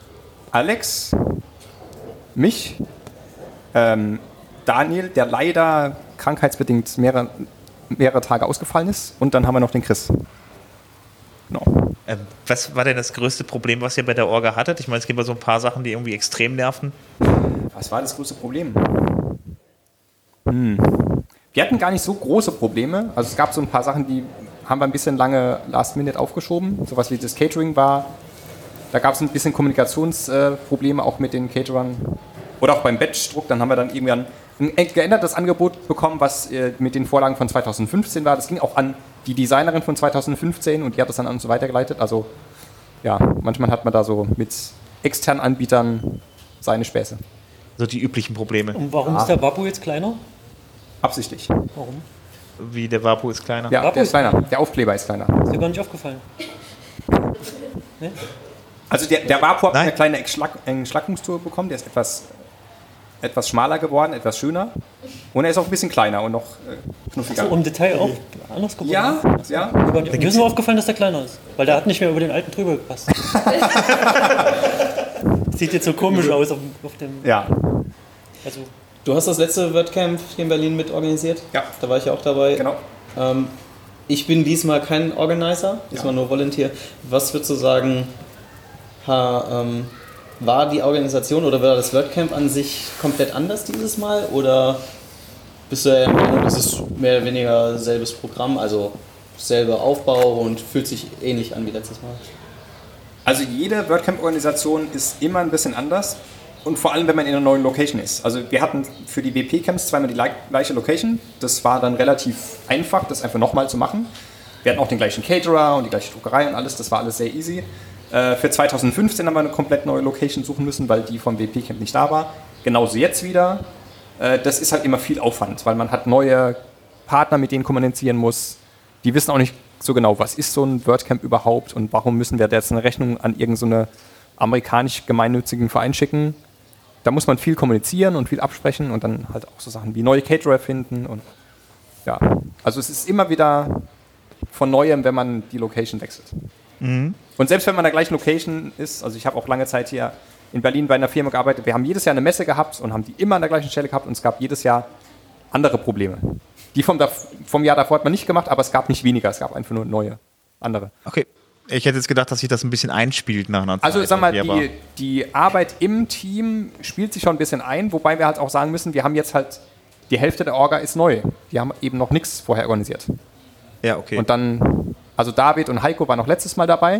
Alex, mich, ähm, Daniel, der leider krankheitsbedingt mehrere, mehrere Tage ausgefallen ist, und dann haben wir noch den Chris. Genau. Ähm, was war denn das größte Problem, was ihr bei der Orga hattet? Ich meine, es gibt ja so ein paar Sachen, die irgendwie extrem nerven. Was war das größte Problem? Hm. Wir hatten gar nicht so große Probleme. Also es gab so ein paar Sachen, die haben wir ein bisschen lange Last Minute aufgeschoben. Sowas wie das Catering war. Da gab es ein bisschen Kommunikationsprobleme auch mit den Caterern. Oder auch beim Batchdruck. Dann haben wir dann irgendwann ein geändertes Angebot bekommen, was äh, mit den Vorlagen von zweitausendfünfzehn war. Das ging auch an die Designerin von zweitausendfünfzehn und die hat das dann an uns so weitergeleitet. Also ja, manchmal hat man da so mit externen Anbietern seine Späße. So die üblichen Probleme. Und warum ist der Vapu jetzt kleiner? Absichtlich. Warum? Wie der Vapu ist kleiner. Ja, Vapu der ist ist kleiner. Der Aufkleber ist kleiner. Ist dir gar nicht aufgefallen. Ne? Also der, der Vapu hat Nein. eine kleine Entschlack- Entschlackungstour bekommen. Der ist etwas, etwas schmaler geworden, etwas schöner. Und er ist auch ein bisschen kleiner und noch äh, knuffiger. So, im Detail auch anders geworden. Ja, ja. Aber mir ist nur aufgefallen, dass der kleiner ist. Weil der hat nicht mehr über den alten drüber gepasst. Sieht jetzt so komisch aus auf, auf dem. Ja. Also, Du hast das letzte WordCamp hier in Berlin mit organisiert? Ja. Da war ich ja auch dabei. Genau. Ähm, ich bin diesmal kein Organizer, diesmal Ja. nur Volunteer. Was würdest du sagen, ha, ähm, war die Organisation oder war das WordCamp an sich komplett anders dieses Mal? Oder bist du der Meinung, es ist mehr oder weniger selbes Programm, also selber Aufbau und fühlt sich ähnlich an wie letztes Mal? Also jede WordCamp-Organisation ist immer ein bisschen anders. Und vor allem, wenn man in einer neuen Location ist. Also wir hatten für die W P-Camps zweimal die gleiche Location. Das war dann relativ einfach, das einfach nochmal zu machen. Wir hatten auch den gleichen Caterer und die gleiche Druckerei und alles. Das war alles sehr easy. Äh, für zweitausendfünfzehn haben wir eine komplett neue Location suchen müssen, weil die vom W P-Camp nicht da war. Genauso jetzt wieder. Äh, das ist halt immer viel Aufwand, weil man hat neue Partner, mit denen kommunizieren muss. Die wissen auch nicht so genau, was ist so ein WordCamp überhaupt und warum müssen wir da jetzt eine Rechnung an irgendeine amerikanisch gemeinnützigen Verein schicken. Da muss man viel kommunizieren und viel absprechen und dann halt auch so Sachen wie neue Caterer finden. Und ja, also es ist immer wieder von Neuem, wenn man die Location wechselt. Mhm. Und selbst wenn man in der gleichen Location ist, also ich habe auch lange Zeit hier in Berlin bei einer Firma gearbeitet, wir haben jedes Jahr eine Messe gehabt und haben die immer an der gleichen Stelle gehabt und es gab jedes Jahr andere Probleme. Die vom, vom Jahr davor hat man nicht gemacht, aber es gab nicht weniger, es gab einfach nur neue, andere. Okay. Ich hätte jetzt gedacht, dass sich das ein bisschen einspielt nach einer Zeit. Also sag mal, aber- die, die Arbeit im Team spielt sich schon ein bisschen ein, wobei wir halt auch sagen müssen, wir haben jetzt halt, die Hälfte der Orga ist neu. Die haben eben noch nichts vorher organisiert. Ja, okay. Und dann, also David und Heiko waren noch letztes Mal dabei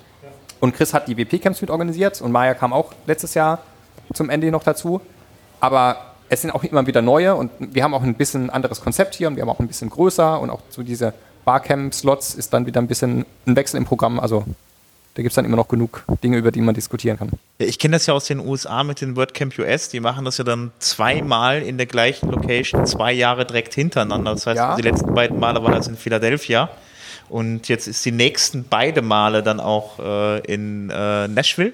und Chris hat die W P-Camps mit organisiert und Maya kam auch letztes Jahr zum Ende noch dazu. Aber es sind auch immer wieder neue und wir haben auch ein bisschen anderes Konzept hier und wir haben auch ein bisschen größer und auch so diese Barcamp-Slots ist dann wieder ein bisschen ein Wechsel im Programm. Also da gibt es dann immer noch genug Dinge, über die man diskutieren kann. Ja, ich kenne das ja aus den U S A mit den WordCamp U S. Die machen das ja dann zweimal in der gleichen Location, zwei Jahre direkt hintereinander. Das heißt, Ja. die letzten beiden Male waren das in Philadelphia. Und jetzt ist die nächsten beide Male dann auch äh, in äh, Nashville.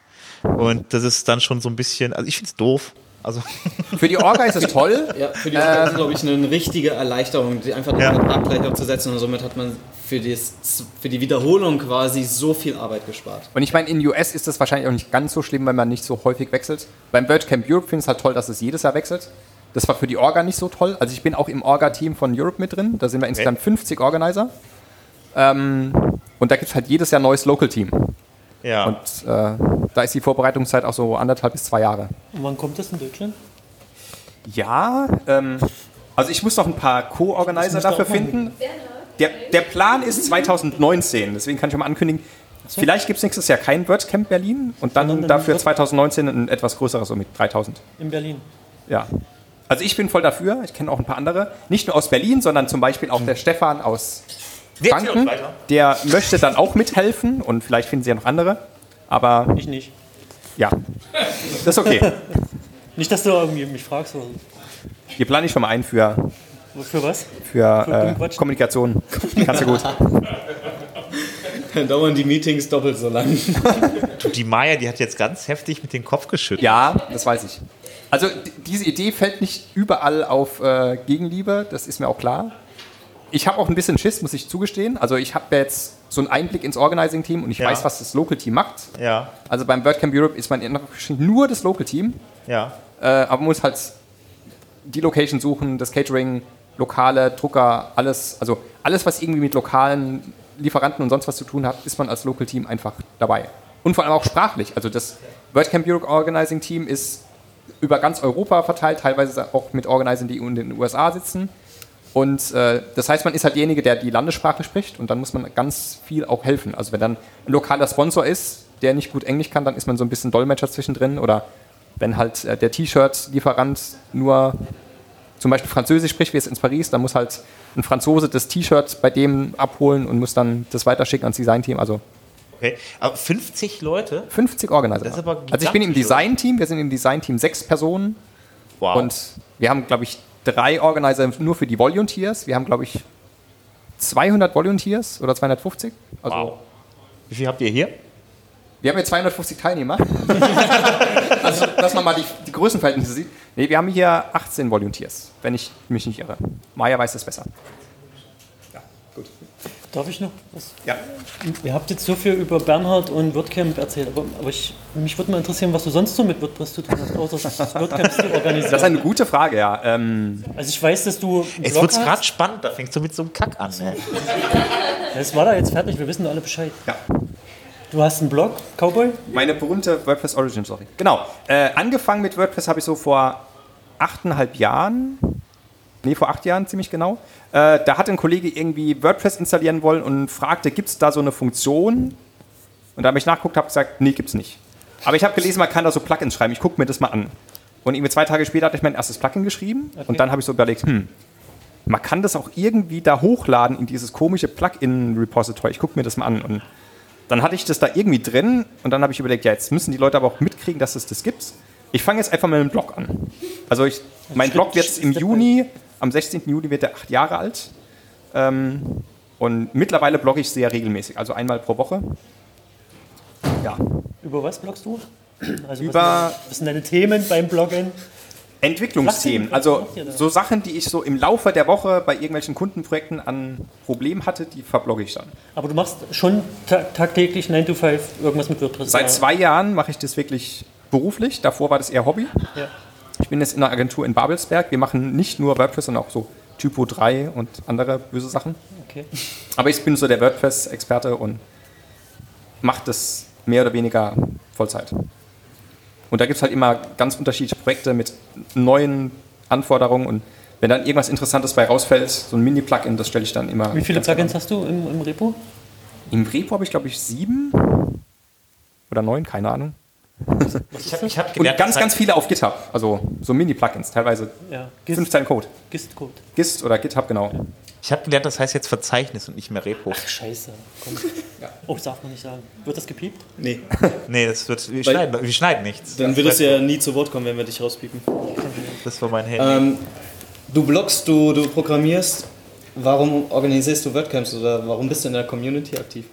Und das ist dann schon so ein bisschen, also ich finde es doof. Also Für die Orga ist es toll. Ja, für die Orga ist, glaube ich, eine richtige Erleichterung, die einfach den Ja. Vertrag gleich aufzusetzen und somit hat man für, das, für die Wiederholung quasi so viel Arbeit gespart. Und ich meine, in U S ist das wahrscheinlich auch nicht ganz so schlimm, weil man nicht so häufig wechselt. Beim WordCamp Europe finde ich es halt toll, dass es jedes Jahr wechselt. Das war für die Orga nicht so toll. Also ich bin auch im Orga-Team von Europe mit drin. Da sind wir insgesamt fünfzig Organizer. Ähm, und da gibt es halt jedes Jahr ein neues Local-Team. ja. Und äh, da ist die Vorbereitungszeit auch so anderthalb bis zwei Jahre. und wann kommt das in Deutschland? Ja, ähm, also ich muss noch ein paar Co-Organizer Das musst du dafür auch machen. finden. Der, der Plan ist zwanzig neunzehn, deswegen kann ich schon mal ankündigen, vielleicht gibt es nächstes Jahr kein WordCamp Berlin und dann Sondern in dafür Word- zwanzig neunzehn ein etwas größeres, so mit dreitausend. In Berlin. Ja. Also ich bin voll dafür, ich kenne auch ein paar andere, nicht nur aus Berlin, sondern zum Beispiel auch der Stefan aus Wir erzählen Franken, uns weiter. der möchte dann auch mithelfen und vielleicht finden sie ja noch andere, aber Ich nicht. ja, das ist okay. Nicht, dass du irgendwie mich fragst. Oder Hier plane ich schon mal ein für, für was? für Für äh, Quatsch. Kommunikation. Kannst du gut. Dann dauern die Meetings doppelt so lang. Du, die Maya, die hat jetzt ganz heftig mit dem Kopf geschüttelt. Ja, das weiß ich. Also d- diese Idee fällt nicht überall auf äh, Gegenliebe, das ist mir auch klar. Ich habe auch ein bisschen Schiss, muss ich zugestehen. Also ich habe jetzt so einen Einblick ins Organizing-Team und ich Ja. weiß, was das Local-Team macht. Ja, Also beim WordCamp Europe ist man in Anführungsstrichen nur das Local-Team, ja. äh, aber man muss halt die Location suchen, das Catering, Lokale, Drucker, alles, also alles, was irgendwie mit lokalen Lieferanten und sonst was zu tun hat, ist man als Local-Team einfach dabei. Und vor allem auch sprachlich. Also das WordCamp Europe Organizing Team ist über ganz Europa verteilt, teilweise auch mit Organisern, die in den U S A sitzen. Und äh, das heißt, man ist halt derjenige, der die Landessprache spricht und dann muss man ganz viel auch helfen. Also wenn dann ein lokaler Sponsor ist, der nicht gut Englisch kann, dann ist man so ein bisschen Dolmetscher zwischendrin. Oder wenn halt äh, der T-Shirt-Lieferant nur zum Beispiel Französisch spricht, wie es in Paris, dann muss halt ein Franzose das T-Shirt bei dem abholen und muss dann das weiterschicken ans Designteam. Also Okay. Aber fünfzig Leute? fünfzig Organizer. Das ist aber Also ich bin im gigantisch, Designteam, wir sind im Designteam sechs Personen Wow. und wir haben, glaube ich, drei Organizer nur für die Volunteers. Wir haben, glaube ich, zweihundert Volunteers oder zweihundertfünfzig. Also Wow. Wie viel habt ihr hier? wir haben jetzt zweihundertfünfzig Teilnehmer. Also, dass man mal die, die Größenverhältnisse sieht. Nee, wir haben hier achtzehn Volunteers, wenn ich mich nicht irre. Maya weiß es besser. Ja, gut. Darf ich noch was? Ja. Ihr habt jetzt so viel über Bernhard und WordCamp erzählt, aber, aber ich, mich würde mal interessieren, was du sonst so mit WordPress zu tun hast, außer das WordCamp zu organisieren. Das ist eine gute Frage, ja. Ähm, Also ich weiß, dass du einen Jetzt Blog wird es hast. gerade spannend, da fängst du mit so einem Kack an. Ne? Es war da jetzt fertig, wir wissen alle Bescheid. ja. Du hast einen Blog, Cowboy? Meine berühmte WordPress Origin Story. Genau. Äh, angefangen mit WordPress habe ich so vor achteinhalb Jahren, nee, vor acht Jahren ziemlich genau. Äh, da hat ein Kollege irgendwie WordPress installieren wollen und fragte, gibt es da so eine Funktion? Und da habe ich nachgeguckt, habe gesagt, nee, gibt es nicht. Aber ich habe gelesen, man kann da so Plugins schreiben. Ich gucke mir das mal an. Und irgendwie zwei Tage später hatte ich mein erstes Plugin geschrieben. Okay. Und dann habe ich so überlegt, hm, man kann das auch irgendwie da hochladen in dieses komische Plugin-Repository. Ich gucke mir das mal an. Und dann hatte ich das da irgendwie drin und dann habe ich überlegt, ja, jetzt müssen die Leute aber auch mitkriegen, dass es das gibt. Ich fange jetzt einfach mal mit einem Blog an. Also ich, mein Blog wird im Juni, am sechzehnten Juli wird er acht Jahre alt. Ähm, und mittlerweile blogge ich sehr regelmäßig, also einmal pro Woche. Ja. Über was bloggst du? Also Über- was, sind, was sind deine Themen beim Bloggen? Entwicklungsthemen, Was also macht ihr da? so Sachen, die ich so im Laufe der Woche bei irgendwelchen Kundenprojekten an Problemen hatte, die verblogge ich dann. Aber du machst schon ta tagtäglich neun to fünf irgendwas mit WordPress. Seit Ja. zwei Jahren mache ich das wirklich beruflich, davor war das eher Hobby. Ja. Ich bin jetzt in einer Agentur in Babelsberg. Wir machen nicht nur WordPress, sondern auch so Typo drei und andere böse Sachen. Okay. Aber ich bin so der WordPress-Experte und mache das mehr oder weniger Vollzeit. Und da gibt es halt immer ganz unterschiedliche Projekte mit neuen Anforderungen. Und wenn dann irgendwas Interessantes bei rausfällt, so ein Mini-Plugin, das stelle ich dann immer. Wie viele ganz Plugins genau. hast du im, im Repo? Im Repo habe ich, glaube ich, sieben oder neun, keine Ahnung. Ich habe ich hab Und gelernt, ganz, das ganz heißt- viele auf GitHub. Also so Mini-Plugins, teilweise Ja. fünf Gist, Zeilen Code. Gist-Code. Gist oder GitHub, genau. Ich habe gelernt, das heißt jetzt Verzeichnis und nicht mehr Repo. Ach, scheiße. Komm. Oh, das darf man nicht sagen. Wird das gepiept? Nee, Nee, das wird, wir, Weil- schneiden, wir schneiden nichts. dann wird es ja nie zu Wort kommen, wenn wir dich rauspiepen. Das war mein Handy. Ähm, du bloggst, du, du programmierst. Warum organisierst du WordCamps oder warum bist du in der Community aktiv?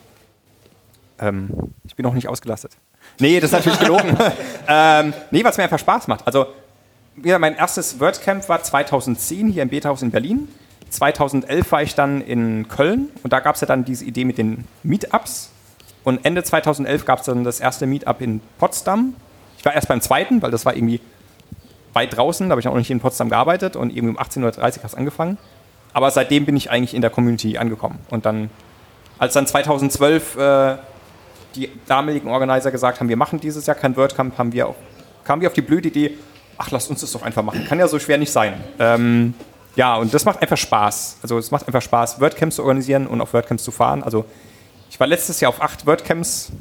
Ähm, ich bin noch nicht ausgelastet. Nee, das ist natürlich gelogen. ähm, nee, weil es mir einfach Spaß macht. Also, ja, mein erstes WordCamp war zweitausendzehn hier im Beta-Haus in Berlin. zweitausendelf war ich dann in Köln und da gab es ja dann diese Idee mit den Meetups. Und Ende zweitausendelf gab es dann das erste Meetup in Potsdam. Ich war erst beim zweiten, weil das war irgendwie weit draußen, da habe ich auch noch nicht in Potsdam gearbeitet und irgendwie um achtzehn Uhr dreißig hat es angefangen. Aber seitdem bin ich eigentlich in der Community angekommen. Und dann, als dann zweitausendzwölf äh, die damaligen Organizer gesagt haben, wir machen dieses Jahr kein WordCamp, haben wir auch, kamen wir auf die blöde Idee, ach, lasst uns das doch einfach machen. Kann ja so schwer nicht sein. Ähm, ja, und das macht einfach Spaß. Also es macht einfach Spaß, WordCamps zu organisieren und auf WordCamps zu fahren. Also ich war letztes Jahr auf acht WordCamps,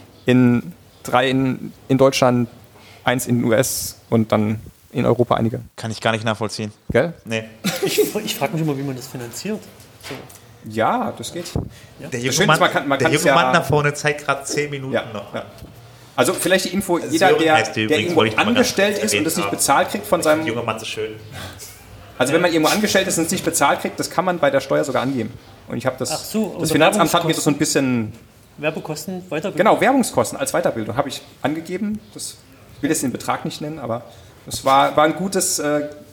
in drei in, in Deutschland, eins in den U S und dann in Europa einige. Kann ich gar nicht nachvollziehen. Gell? Nee. Ich, ich frage mich immer, wie man das finanziert. So. Ja, das geht. Der junge Schöne ist, Mann, man kann- man der kann es junge ja- Mann da vorne zeigt gerade zehn Minuten Ja, noch. ja. Also vielleicht die Info, jeder, Sören der, heißt der der übrigens, irgendwo wollte ich noch mal angestellt ganz kurz ist und das nicht erwähnt bezahlt kriegt von Der seinem... junge Mann so schön. Also wenn man irgendwo angestellt ist und es nicht bezahlt kriegt, das kann man bei der Steuer sogar angeben. Und ich habe das... Ach so, das unter Finanzamt hat mir das so ein bisschen... Werbekosten, Weiterbildung. Genau, Werbungskosten als Weiterbildung habe ich angegeben. Das, ich will jetzt den Betrag nicht nennen, aber es war, war ein gutes, äh,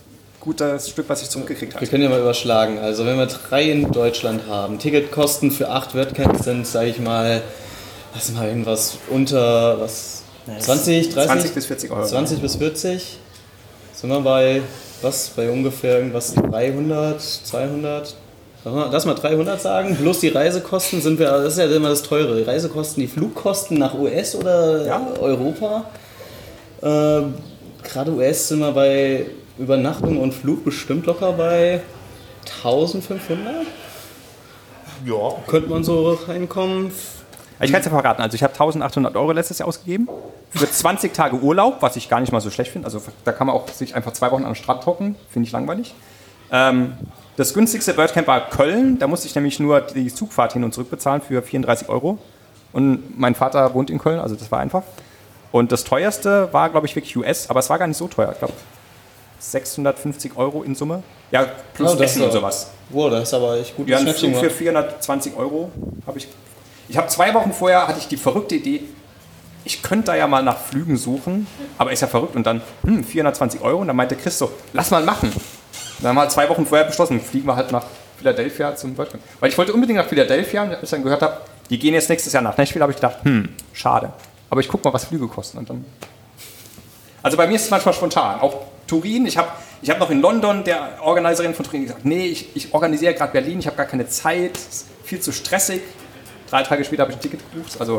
gutes Stück, was ich zurückgekriegt Wir habe. können ja mal überschlagen. Also wenn wir drei in Deutschland haben, Ticketkosten für acht WordCamps sind, sage ich mal, lass mal irgendwas unter was zwanzig, dreißig? zwanzig bis vierzig Euro. zwanzig bis vierzig. Sind wir bei was? Bei ungefähr irgendwas dreihundert, zweihundert? Lass mal dreihundert sagen. Bloß die Reisekosten sind wir, das ist ja immer das Teure. Die Reisekosten, die Flugkosten nach U S oder Ja. Europa. Äh, Gerade U S sind wir bei Übernachtung und Flug bestimmt locker bei eintausendfünfhundert. Ja. Könnte man so reinkommen. Ich kann es ja verraten. Also ich habe eintausendachthundert Euro letztes Jahr ausgegeben für zwanzig Tage Urlaub, was ich gar nicht mal so schlecht finde. Also da kann man auch sich einfach zwei Wochen an den Strand hocken. Finde ich langweilig. Ähm, das günstigste WordCamp war Köln. Da musste ich nämlich nur die Zugfahrt hin und zurück bezahlen für vierunddreißig Euro. Und mein Vater wohnt in Köln, also das war einfach. Und das teuerste war, glaube ich, wirklich U S, aber es war gar nicht so teuer. Ich glaube, sechshundertfünfzig Euro in Summe. Ja, plus Oh, das Essen ist und aber- sowas. Wow, das ist aber echt gut. Ja, einen Flug für vierhundertzwanzig Euro habe ich. Ich habe zwei Wochen vorher hatte ich die verrückte Idee, ich könnte da ja mal nach Flügen suchen, aber ist ja verrückt. Und dann, hm, vierhundertzwanzig Euro. Und dann meinte Chris so, lass mal machen. Und dann haben wir halt zwei Wochen vorher beschlossen, fliegen wir halt nach Philadelphia zum WordCamp. Weil ich wollte unbedingt nach Philadelphia, und als ich dann gehört habe, die gehen jetzt nächstes Jahr nach Nashville, habe ich gedacht, hm, schade. Aber ich guck mal, was Flüge kosten. Und dann also bei mir ist es manchmal spontan. Auch Turin, ich habe ich hab noch in London der Organiserin von Turin gesagt, nee, ich, ich organisiere gerade Berlin, ich habe gar keine Zeit, es ist viel zu stressig. Drei Tage später habe ich ein Ticket gebucht. Also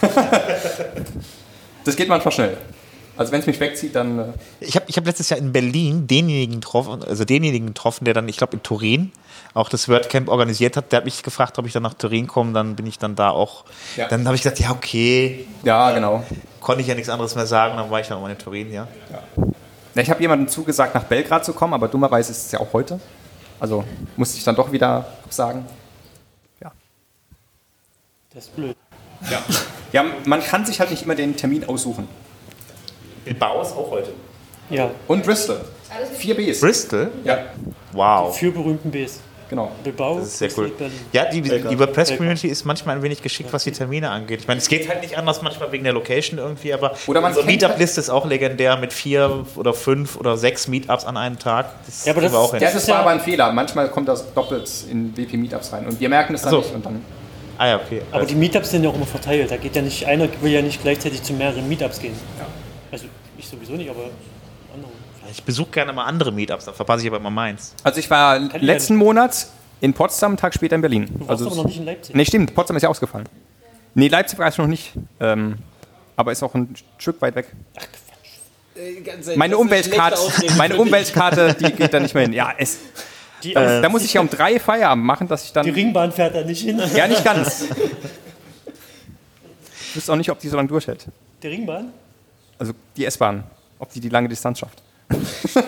das geht manchmal schnell. Also wenn es mich wegzieht, dann... Äh Ich habe ich hab letztes Jahr in Berlin denjenigen getroffen, also denjenigen getroffen, der dann, ich glaube in Turin, auch das WordCamp organisiert hat. Der hat mich gefragt, ob ich dann nach Turin komme. Dann bin ich dann da auch. Ja. Dann habe ich gesagt, ja, okay. ja, genau. Konnte ich ja nichts anderes mehr sagen. Dann war ich dann auch mal in Turin, ja. Ja, ich habe jemandem zugesagt, nach Belgrad zu kommen, aber dummerweise ist es ja auch heute. Also musste ich dann doch wieder absagen. Ja. Das ist blöd. Ja. Ja, man kann sich halt nicht immer den Termin aussuchen. Bilbao ist auch heute. Ja, Und Bristol. Vier Bs. Bristol? Ja, Wow. vier berühmten Bs. genau. Bilbao, Das ist sehr Bristol, cool. Berlin. Ja, die, die Belgrad. WordPress-Community ist manchmal ein wenig geschickt, was die Termine angeht. Ich meine, es geht halt nicht anders, manchmal wegen der Location irgendwie, aber Oder man unsere kennt Meetup-Liste ist auch legendär mit vier oder fünf oder sechs Meetups an einem Tag. Das Ja, aber kriegen das wir ist- auch hin. Ja, Das das ist war ja- aber ein Fehler. Manchmal kommt das doppelt in W P-Meetups rein und wir merken es dann Ach so. nicht. Und dann, Ah ja, okay. Aber die Meetups sind ja auch immer verteilt. Da geht ja nicht, einer will ja nicht gleichzeitig zu mehreren Meetups gehen. Also ich sowieso nicht, aber andere. Ich besuche gerne mal andere Meetups, dann verpasse ich aber immer meins. also ich war ich letzten Monat in Potsdam, einen Tag später in Berlin. Du warst Also aber noch nicht in Leipzig. nee, stimmt, Potsdam ist ja ausgefallen. Nee, Leipzig war ich noch nicht. Ähm, aber ist auch ein Stück weit weg. Meine Umweltkarte, meine Umweltkarte, die geht da nicht mehr hin. Ja, es, Die, da muss ich ja um drei Feierabend machen, dass ich dann... die Ringbahn fährt da nicht hin. Ja, nicht ganz. Ich wüsste auch nicht, ob die so lange durchhält. Die Ringbahn? Also die S-Bahn, ob die die lange Distanz schafft. Ja,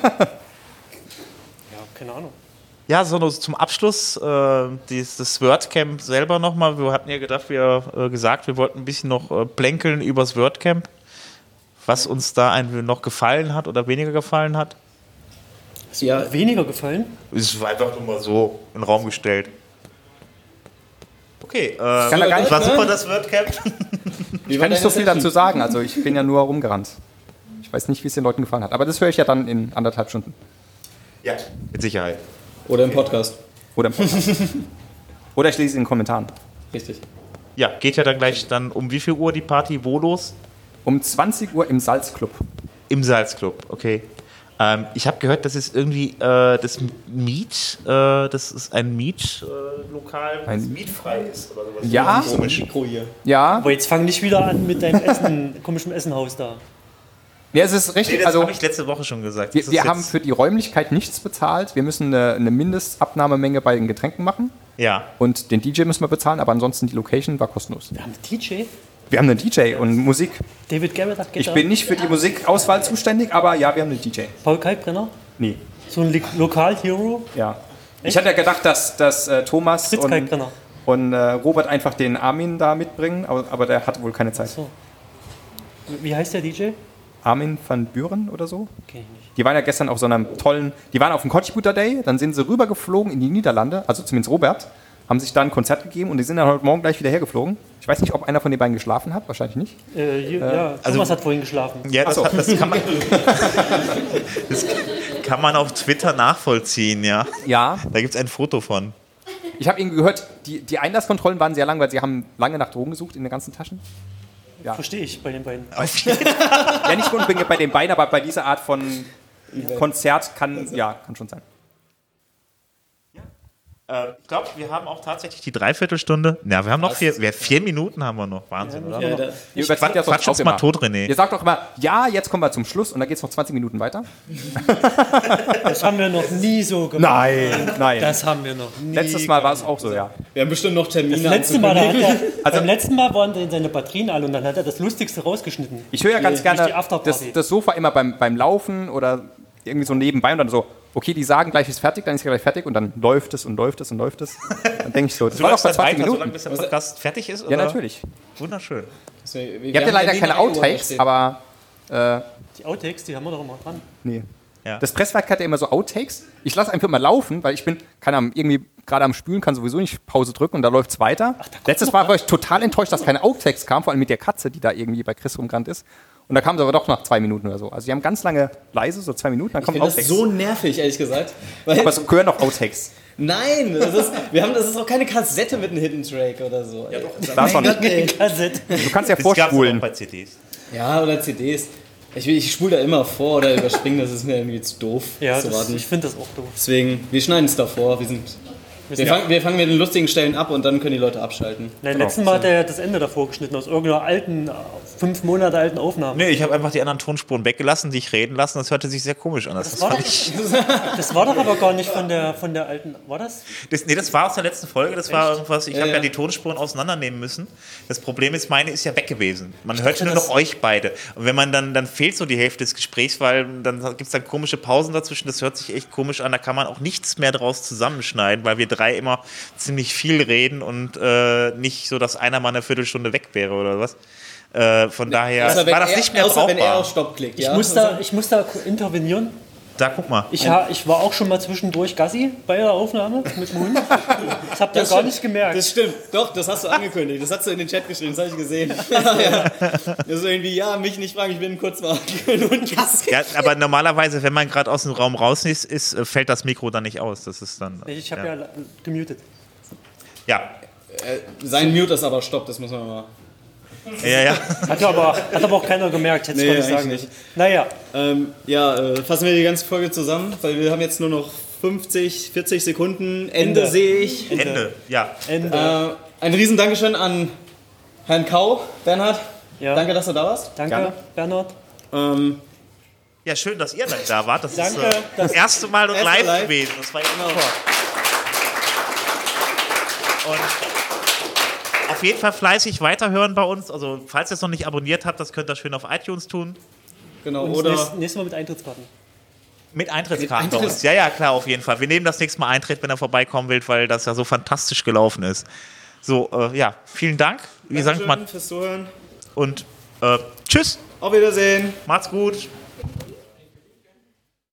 keine Ahnung. Ja, so nur zum Abschluss, äh, dieses, das WordCamp selber nochmal. Wir hatten ja gedacht, wir äh, gesagt, wir wollten ein bisschen noch äh, plänkeln übers WordCamp, was uns da ein, noch gefallen hat oder weniger gefallen hat. Ja, Weniger gefallen? Es war einfach nur mal so in den Raum gestellt. Okay, äh, kann da gar nicht- war super das WordCamp. Ich kann nicht so viel dazu sagen, also ich bin ja nur rumgerannt. Ich weiß nicht, wie es den Leuten gefallen hat, aber das höre ich ja dann in anderthalb Stunden. Ja, mit Sicherheit. Oder im Podcast. Oder im Podcast. Oder ich lese in den Kommentaren. Richtig. Ja, geht ja dann gleich dann um wie viel Uhr die Party, wo los? Um zwanzig Uhr im Salzclub. Im Salzclub, okay. Ähm, ich habe gehört, das ist irgendwie äh, das Miet, äh, das ist ein Mietlokal, äh, das Ein- mietfrei ist oder sowas. Ja, Komisch. Mikro hier. ja. Aber jetzt fang nicht wieder an mit deinem Essen, komischem Essenhaus da. Ja, es ist Nee, richtig. das Also habe ich letzte Woche schon gesagt. wir, Das ist wir jetzt- haben für die Räumlichkeit nichts bezahlt. Wir müssen eine, eine Mindestabnahmemenge bei den Getränken machen. Ja. Und den D J müssen wir bezahlen, aber ansonsten die Location war kostenlos. Wir haben einen D J, Wir haben einen D J und Musik. David Garrett hat Ich Gitarre, bin nicht für die Musikauswahl zuständig, aber ja, wir haben einen D J. Paul Kalkbrenner, Nee, so ein Li- Lokal-Hero. ja. Ich hatte ja gedacht, dass, dass äh, Thomas Fritz und, Kalkbrenner. und äh, Robert einfach den Armin da mitbringen, aber, aber der hatte wohl keine Zeit. So. Wie heißt der D J? Armin van Buren oder so? Kenn ich nicht. Die waren ja gestern auf so einem tollen, die waren auf dem Kotschbuter Day, dann sind sie rübergeflogen in die Niederlande, also zumindest Robert, haben sich da ein Konzert gegeben und die sind dann heute Morgen gleich wieder hergeflogen. Ich weiß nicht, ob einer von den beiden geschlafen hat, wahrscheinlich nicht. Äh, hier, ja, also- Thomas hat vorhin geschlafen. Ja, das, Ach so. hat, das kann man. das, Kann man auf Twitter nachvollziehen, ja. Ja. Da gibt es ein Foto von. Ich habe irgendwie gehört, die, die Einlasskontrollen waren sehr lang, weil sie haben lange nach Drogen gesucht in den ganzen Taschen. Ja. Verstehe ich bei den beiden. Ja, nicht unbedingt bei den beiden, aber bei dieser Art von Konzert kann, ja, kann schon sein. Äh, ich glaube, wir haben auch tatsächlich die Dreiviertelstunde. Ja, wir haben noch vier, wir, vier Minuten haben wir noch. Wahnsinn, oder? Ja, da, Ihr übertreibt ja Quatsch sonst uns auch mal immer. tot, René. Ihr sagt doch immer, ja, jetzt kommen wir zum Schluss und dann geht es noch zwanzig Minuten weiter. Das haben wir noch nie so gemacht. Nein, nein. Das haben wir noch nie Letztes Mal war es auch so, ja. wir haben bestimmt noch Termine. Das letzte Mal, da hat er, Also- beim letzten Mal waren dann seine Batterien alle und dann hat er das Lustigste rausgeschnitten. Ich höre ja ganz Nicht gerne die Afterparty. das, das Sofa immer beim, beim Laufen oder irgendwie so nebenbei und dann so, okay, die sagen gleich ist fertig, dann ist es gleich fertig und dann läuft es und läuft es und läuft es. Dann denke ich so, das Du war doch läufst bei dann zwanzig weiter, solange Minuten. bis der Podcast fertig ist? Ja, oder? natürlich. Wunderschön. Wir, wir Ihr habt ja leider keine Outtakes, Outtakes, aber äh, Die Outtakes, die haben wir doch immer dran. nee. Ja. Das Presswerk hat ja immer so Outtakes. Ich lasse einfach mal laufen, weil ich bin kann am, irgendwie gerade am Spülen, kann sowieso nicht Pause drücken und da läuft es weiter. Letztes Mal war ich total enttäuscht, dass keine Outtakes kamen, vor allem mit der Katze, die da irgendwie bei Chris rumgerannt ist. Und da kam es aber doch nach zwei Minuten oder so. Also die haben ganz lange leise, so zwei Minuten, dann Ich kommen finde das Outtakes. so nervig, ehrlich gesagt. Weil, Aber es gehören noch Outtakes. nein, das ist, wir haben, das ist auch keine Kassette mit einem Hidden Track oder so. Ja, doch. Da schon. Ey. Kassette. Du kannst ja Das gab es auch vorspulen. bei C Ds. Ja, oder C Ds. Ich, will- ich spule da immer vor oder überspringe, das ist mir irgendwie zu doof Ja, zu das, warten. ich finde das auch doof. Deswegen, wir schneiden es davor. Wir, sind, wir, fangen, wir fangen mit den lustigen Stellen ab und dann können die Leute abschalten. Nein, letzten Mal hat er das Ende davor geschnitten aus irgendeiner alten, fünf Monate alten Aufnahme. Nee, ich habe einfach die anderen Tonspuren weggelassen, die ich reden lassen. Das hörte sich sehr komisch an. Das, Das das war, fand doch, ich, das war doch aber gar nicht von der, von der alten. War das? das, nee, das war aus der letzten Folge. Das war irgendwas. Ich Ja, habe ja. ja. die Tonspuren auseinandernehmen müssen. Das Problem ist, meine ist ja weg gewesen. Man hört dachte, nur das- noch euch beide. Und wenn man dann, dann fehlt so die Hälfte des Gesprächs, weil dann gibt es dann komische Pausen dazwischen. Das hört sich echt komisch an. Da kann man auch nichts mehr draus zusammenschneiden, weil wir drei immer ziemlich viel reden und äh, nicht so, dass einer mal eine Viertelstunde weg wäre oder was. Äh, von daher Außer wenn war das er, nicht mehr außer wenn er brauchbar. auf Stopp klickt. Ich, ja? muss da, ich muss da intervenieren. Da, guck mal. Ich, ha, ich war auch schon mal zwischendurch Gassi bei der Aufnahme mit dem Hund. Das habt ihr gar stimmt. nicht gemerkt. Das stimmt, doch, das hast du angekündigt. Das hast du in den Chat geschrieben, das habe ich gesehen. ja, ja. Das ist irgendwie, ja, mich nicht fragen, ich bin kurz mal und Gas. Ja, aber normalerweise, wenn man gerade aus dem Raum raus ist, ist, äh, fällt das Mikro dann nicht aus. Das ist dann. Ich habe ja. ja. gemutet. Ja. Sein Mute ist aber Stopp, das muss man mal. Ja, ja. Hat aber, hat aber auch keiner gemerkt, hätte ich Nee, gar nicht sagen eigentlich müssen. Naja, Ähm, ja, äh, fassen wir die ganze Folge zusammen, weil wir haben jetzt nur noch fünfzig, vierzig Sekunden. Ende, Ende. sehe ich. Ende. Ja. Ende. Äh, ein riesen Dankeschön an Herrn Kau, Bernhard. Ja. Danke, dass du da warst. Danke, gerne. Bernhard. Ähm, Ja, schön, dass ihr dann da wart. Das Danke, ist äh, das dass- erste Mal und Erste live, live. gewesen. Das war echt Genau. super. Und auf jeden Fall fleißig weiterhören bei uns. Also, falls ihr es noch nicht abonniert habt, das könnt ihr schön auf iTunes tun. genau, Und oder nächstes, nächstes Mal mit Eintrittskarten. Mit Eintrittskarten bei Eintritts- uns. Ja, ja, klar, auf jeden Fall. Wir nehmen das nächste Mal Eintritt, wenn er vorbeikommen will, weil das ja so fantastisch gelaufen ist. So, äh, ja, vielen Dank. Wie gesagt, Dankeschön mal, fürs Zuhören. und äh, tschüss. Auf Wiedersehen. Macht's gut.